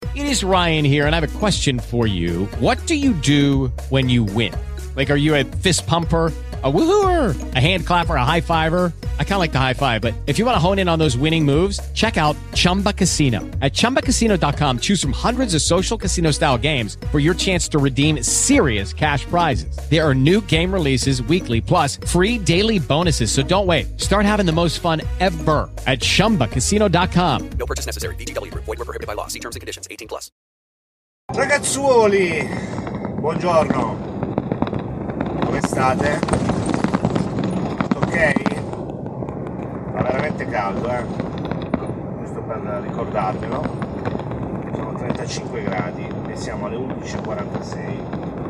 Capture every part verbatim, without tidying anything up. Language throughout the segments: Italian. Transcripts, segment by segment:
It is Ryan here, and I have a question for you. What do you do when you win? Like, are you a fist pumper, a woohooer, a hand clapper, a high fiver? I kind of like the high five, but if you want to hone in on those winning moves, check out Chumba Casino. At chumba casino dot com, choose from hundreds of social casino style games for your chance to redeem serious cash prizes. There are new game releases weekly, plus free daily bonuses. So don't wait. Start having the most fun ever at chumba casino dot com. No purchase necessary. V G W Group. Void where prohibited by law. See terms and conditions. eighteen plus. Ragazzuoli, buongiorno. Come state? Tutto ok? Fa veramente caldo, eh? Giusto per ricordarvelo. Sono trentacinque gradi e siamo alle undici e quarantasei.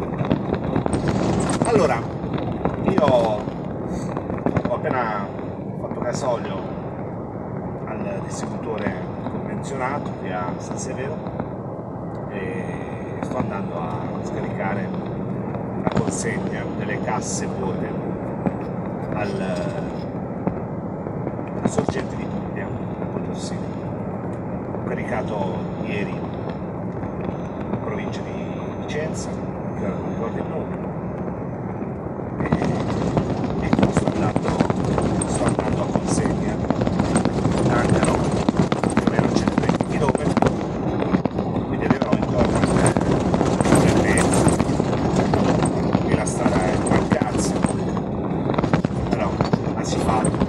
Allora, io ho appena fatto gasolio al distributore convenzionato qui a San Severo e sto andando a scaricare la consegna delle casse vuote al sorgente di Puglia, a Potossini. Ho caricato ieri in provincia di Vicenza, che ora non ricordo il nome, e, e sto andando, sto andando a consegna. Mancano più o meno centoventi chilometri, quindi arriverò intorno alle tre e mezza, e la strada è una cazzo, però la si fa.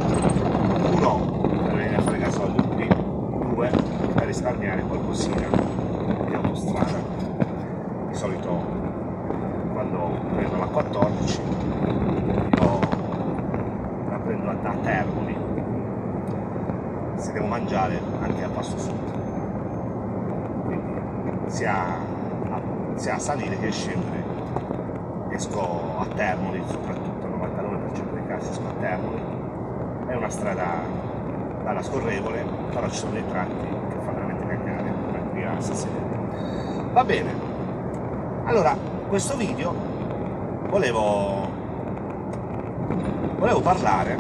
Per venire a fare gasolio qui, due per risparmiare qualcosina di autostrada. Di solito quando prendo la quattordici io la prendo da Termoli se devo mangiare anche a Passo Sud, quindi sia a, sia a salire che a scendere esco a Termoli, soprattutto il novantanove per cento dei casi esco a Termoli. È una strada bella scorrevole, però ci sono dei tratti che fa veramente cagare da qui a San Severo. Va bene, allora questo video volevo volevo parlare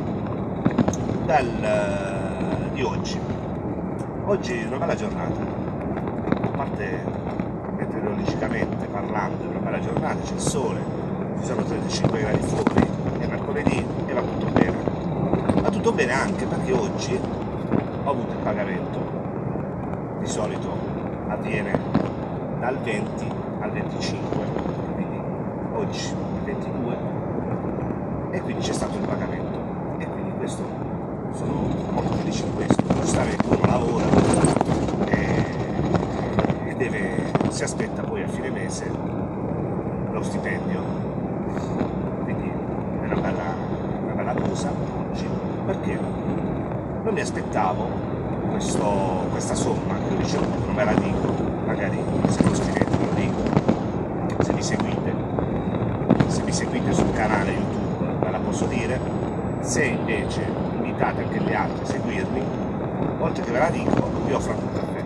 del, di oggi. Oggi è una bella giornata, a parte meteorologicamente parlando è una bella giornata, c'è il sole, ci sono trentacinque gradi fuori, è mercoledì e va tutto bene. Va tutto bene anche perché oggi ho avuto il pagamento. Di solito avviene dal venti al venticinque, quindi oggi il ventidue, e quindi c'è stato il pagamento. E quindi questo, sono molto felice di questo. Giustamente uno lavora e, e deve, si aspetta poi a fine mese lo stipendio. Quindi è una bella, una bella cosa oggi, perché non mi aspettavo questo, questa somma che ho ricevuto, non ve la dico, magari se lo scrivete ve lo dico, se mi seguite, se mi seguite sul canale YouTube ve la posso dire, se invece invitate anche gli altri a seguirmi, oltre che ve la dico, vi offro anche un caffè.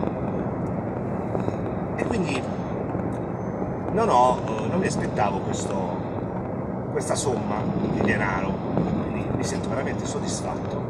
E quindi non ho, non mi aspettavo questo, questa somma di denaro, quindi mi sento veramente soddisfatto.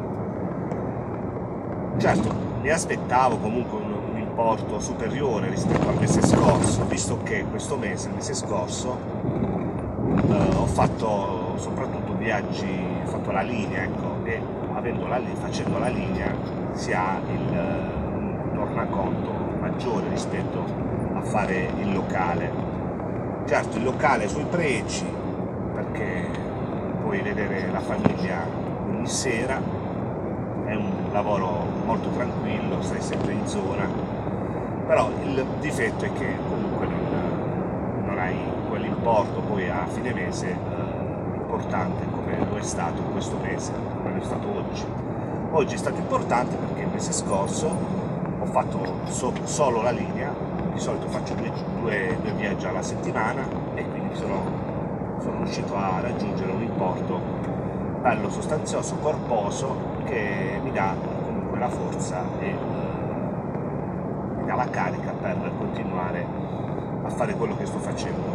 Certo, mi aspettavo comunque un, un importo superiore rispetto al mese scorso, visto che questo mese, il mese scorso, eh, ho fatto soprattutto viaggi, ho fatto la linea, ecco, e avendo la, facendo la linea si ha il uh, tornaconto maggiore rispetto a fare il locale. Certo, il locale sui pregi, perché puoi vedere la famiglia ogni sera, è un lavoro molto tranquillo, stai sempre in zona, però il difetto è che comunque non, non hai quell'importo poi a fine mese eh, importante come lo è stato in questo mese, come lo è stato oggi. Oggi è stato importante perché il mese scorso ho fatto so, solo la linea, di solito faccio due, due, due viaggi alla settimana e quindi sono, sono riuscito a raggiungere un importo bello sostanzioso, corposo, che mi dà comunque la forza e eh, mi dà la carica per continuare a fare quello che sto facendo.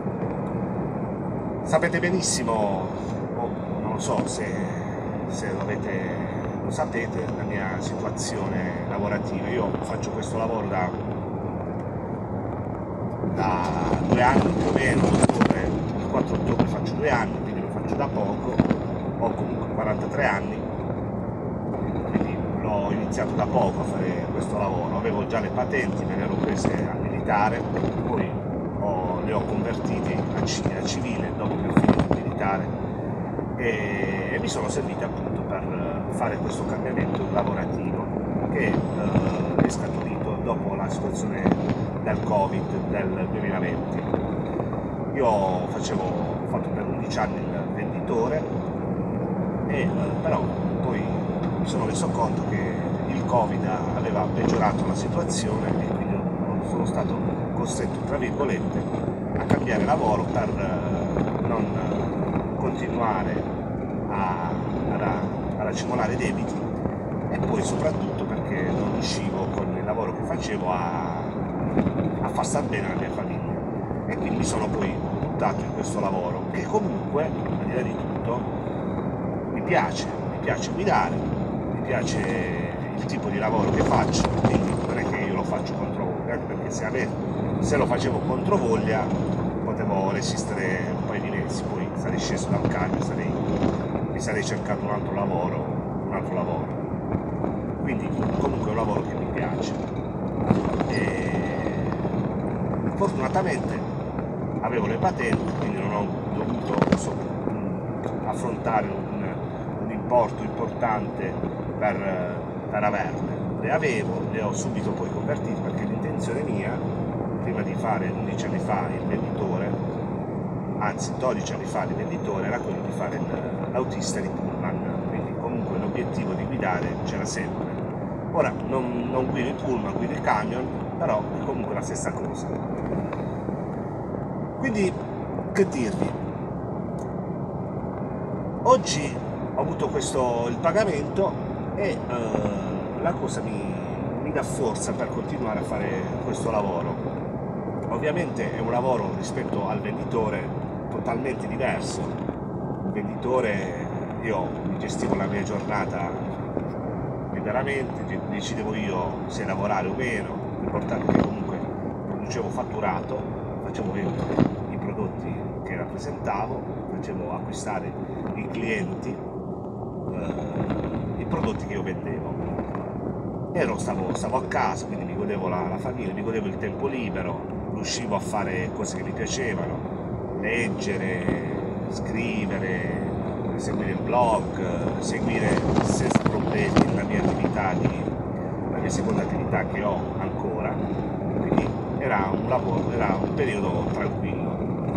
Sapete benissimo, o non lo so se, se lo, avete, lo sapete, la mia situazione lavorativa. Io faccio questo lavoro da da due anni più o meno, ottobre, il quattro ottobre faccio due anni, quindi lo faccio da poco, ho comunque quarantatré anni, quindi l'ho iniziato da poco a fare questo lavoro, avevo già le patenti, me le ero prese al militare, poi ho, le ho convertite a, a civile dopo che ho finito il militare e, e mi sono servite appunto per fare questo cambiamento lavorativo che eh, è scaturito dopo la situazione del Covid del duemilaventi. Io facevo, ho fatto per undici anni il venditore e eh, però poi mi sono reso conto che il Covid aveva peggiorato la situazione e quindi sono stato costretto, tra virgolette, a cambiare lavoro per eh, non continuare a, a, ad accumulare debiti e poi soprattutto perché non riuscivo con il lavoro che facevo a, a far star bene la mia famiglia e quindi mi sono poi buttato in questo lavoro che comunque, al di là di tutto, mi piace, mi piace guidare, mi piace il tipo di lavoro che faccio, quindi non è che io lo faccio contro voglia, perché se, ave, se lo facevo contro voglia potevo resistere un paio di mesi, poi sarei sceso dal camion, sarei, mi sarei cercato un altro lavoro, un altro lavoro. Quindi comunque è un lavoro che mi piace e fortunatamente avevo le patenti, quindi non ho dovuto so, affrontare un, un importo importante per, per averle. Le avevo, le ho subito poi convertite perché l'intenzione mia, prima di fare undici anni fa il venditore, anzi dodici anni fa il venditore, era quello di fare l'autista di pullman, quindi comunque l'obiettivo di guidare c'era sempre. Ora non, non guido i pullman, guido i camion, però è comunque la stessa cosa. Quindi, che dirvi? Oggi ho avuto questo, il pagamento e eh, la cosa mi, mi dà forza per continuare a fare questo lavoro. Ovviamente è un lavoro rispetto al venditore totalmente diverso. Il venditore, io mi gestivo la mia giornata liberamente, decidevo io se lavorare o meno, l'importante è che comunque producevo fatturato, facevo vendere i prodotti che rappresentavo, facevo acquistare i clienti eh, i prodotti che io vendevo. Ero, stavo, stavo a casa, quindi mi godevo la, la famiglia, mi godevo il tempo libero, riuscivo a fare cose che mi piacevano, leggere, scrivere, seguire il blog, seguire senza problemi la mia attività, di, la mia seconda attività che ho ancora, quindi era un lavoro, era un periodo tranquillo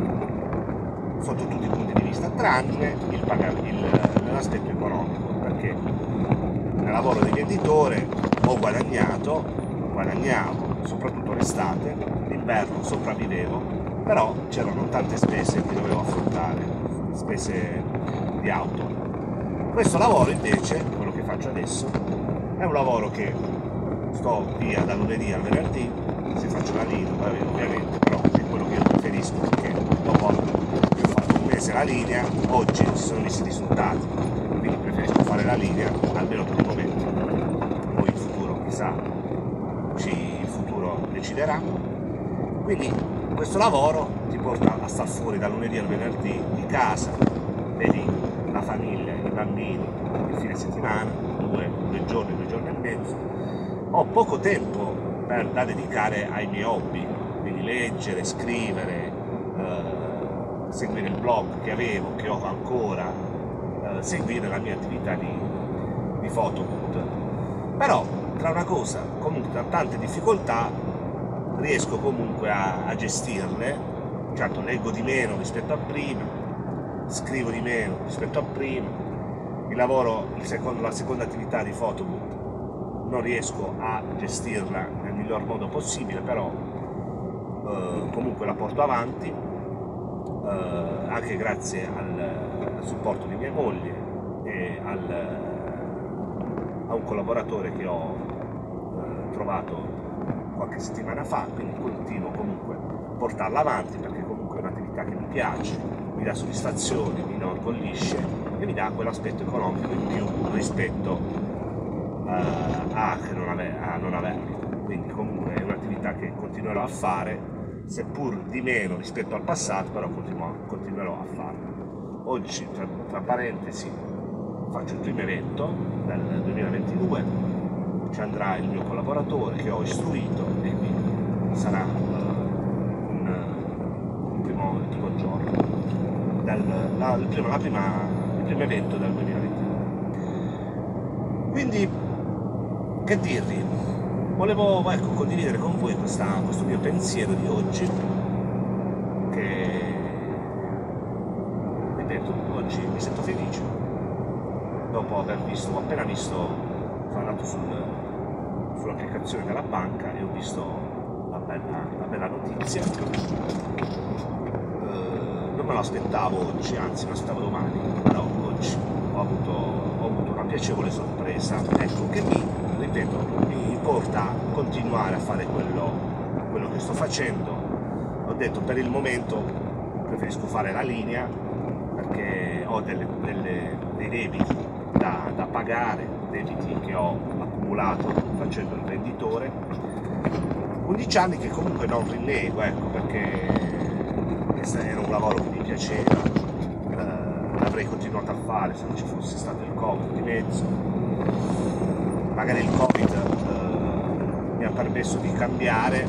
sotto tutti i punti di vista, tranne il il, l'aspetto economico, perché nel lavoro di venditore ho guadagnato, guadagnavo soprattutto l'estate, l'inverno sopravvivevo, però c'erano tante spese che dovevo affrontare, spese di auto. Questo lavoro invece, quello che faccio adesso, è un lavoro che sto via dal lunedì al venerdì, se faccio la linea ovviamente, però è quello che io preferisco perché dopo che ho fatto un mese la linea, oggi si sono visti i risultati, quindi preferisco fare la linea almeno per il momento. Poi il futuro, chissà, ci, il futuro deciderà. Quindi questo lavoro ti porta a star fuori dal lunedì al venerdì di casa, vedi la famiglia, i bambini, il fine settimana, due, due giorni, due giorni e mezzo. Ho poco tempo per, da dedicare ai miei hobby, quindi leggere, scrivere, eh, seguire il blog che avevo, che ho ancora, eh, seguire la mia attività di, di photoboot. Però tra una cosa, comunque tra tante difficoltà, riesco comunque a, a gestirle. Certo, leggo di meno rispetto a prima, scrivo di meno rispetto a prima, il lavoro, il secondo, la seconda attività di photoboot non riesco a gestirla nel miglior modo possibile, però eh, comunque la porto avanti, eh, anche grazie al, al supporto di mia moglie e al, a un collaboratore che ho eh, trovato qualche settimana fa, quindi continuo comunque a portarla avanti perché comunque è un'attività che mi piace, mi dà soddisfazione, mi inorgoglisce e mi dà quell'aspetto economico in più rispetto a, a, che non ave, a non averlo. Quindi comunque è un'attività che continuerò a fare seppur di meno rispetto al passato, però continuo, continuerò a farlo. Oggi, tra, tra parentesi, faccio il primo evento del duemilaventidue, ci andrà il mio collaboratore che ho istruito e quindi sarà uh, un, un, primo, il primo giorno, del, la, il, primo, la prima, il primo evento del duemilaventidue. Quindi, che dirvi? Volevo ecco, condividere con voi questa, questo mio pensiero di oggi, che, ripeto, oggi mi sento felice, dopo aver visto, ho appena visto, sono andato sul, sull'applicazione della banca e ho visto la bella, la bella notizia, eh, non me lo aspettavo oggi, anzi me lo aspettavo domani, però oggi ho avuto, ho avuto una piacevole sorpresa, ecco, che mi, ripeto, mi porta a continuare a fare quello, quello che sto facendo. Ho detto per il momento preferisco fare la linea perché ho delle, delle, dei debiti da, da pagare, debiti che ho accumulato facendo il venditore, undici anni che comunque non rinnego, ecco, perché questo era un lavoro che mi piaceva, eh, l'avrei continuato a fare se non ci fosse stato il Covid di mezzo. Magari il Covid eh, mi ha permesso di cambiare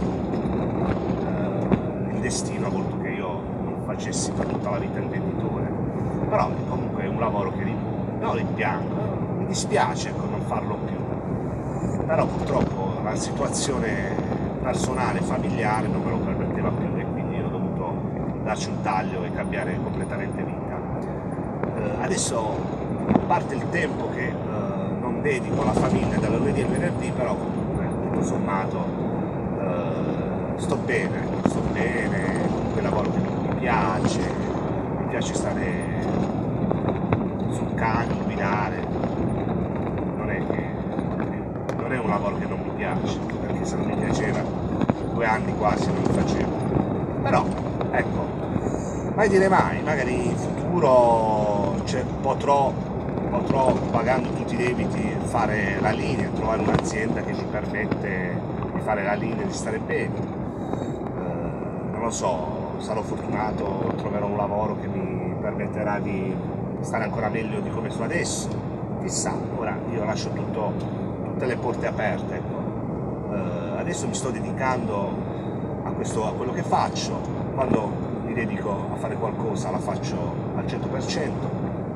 eh, il destino, a volto che io non facessi per tutta la vita il venditore, però comunque è un lavoro che non rimpiango, mi dispiace ecco, non farlo più, però purtroppo la situazione personale, familiare non me lo permetteva più e quindi ho dovuto darci un taglio e cambiare completamente vita. Eh, adesso, a parte il tempo che eh, dedico alla famiglia dal lunedì al venerdì, però comunque tutto sommato eh, sto bene, sto bene, quel lavoro che mi piace, mi piace stare sul camion, guidare, non è che non è un lavoro che non mi piace, perché se non mi piaceva due anni quasi non lo facevo, però ecco, mai dire mai, magari in futuro cioè, potrò potrò, pagando tutti i debiti, fare la linea, trovare un'azienda che mi permette di fare la linea, di stare bene. Eh, non lo so, sarò fortunato, troverò un lavoro che mi permetterà di stare ancora meglio di come sto adesso. Chissà, ora io lascio tutto, tutte le porte aperte. Ecco. Eh, adesso mi sto dedicando a, questo, a quello che faccio. Quando mi dedico a fare qualcosa la faccio al cento per cento.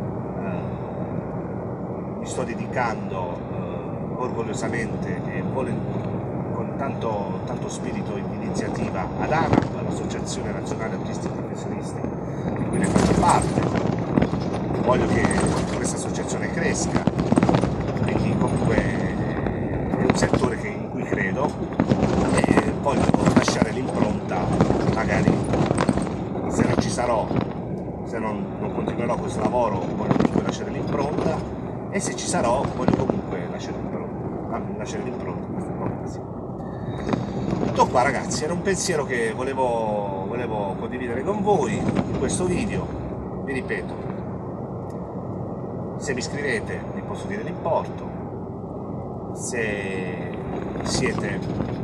Mi sto dedicando eh, orgogliosamente e con tanto, tanto spirito di iniziativa ad ANAP, l'Associazione Nazionale Autisti Professionisti, di cui ne faccio parte. Voglio che questa associazione cresca, quindi comunque è un settore che, in cui credo e voglio lasciare l'impronta, magari se non ci sarò, se non, non continuerò questo lavoro, voglio comunque lasciare l'impronta. E se ci sarò, voglio comunque lasciare l'impronta, lasciare l'impronta in questa occasione. Tutto qua ragazzi, era un pensiero che volevo, volevo condividere con voi in questo video. Vi ripeto, se mi scrivete vi posso dire l'importo, se siete,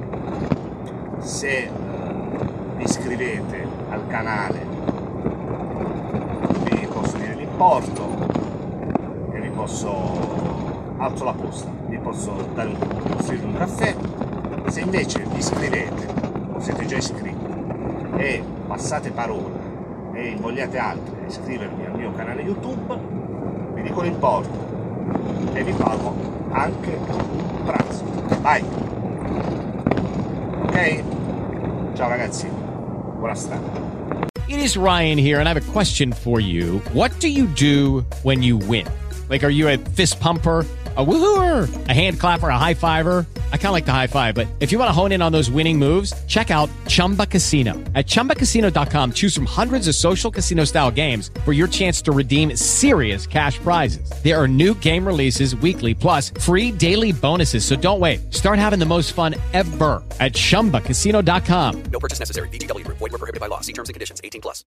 se uh, vi iscrivete al canale vi posso dire l'importo, posso alzo la posta, vi posso dare un, offrire un caffè. Se invece vi iscrivete o siete già iscritti e passate parola e invogliate altri a iscrivervi al mio canale YouTube, vi dico l'importo e vi pago anche un pranzo. Vai! Ok? Ciao ragazzi, buona strada. It is Ryan here and I have a question for you. What do you do when you win? Like, are you a fist pumper, a woohooer, a hand clapper, a high fiver? I kind of like the high five, but if you want to hone in on those winning moves, check out Chumba Casino. At chumba casino dot com, choose from hundreds of social casino style games for your chance to redeem serious cash prizes. There are new game releases weekly, plus free daily bonuses. So don't wait. Start having the most fun ever at chumba casino dot com. No purchase necessary. V G W Group. Void where prohibited by law. See terms and conditions. eighteen plus.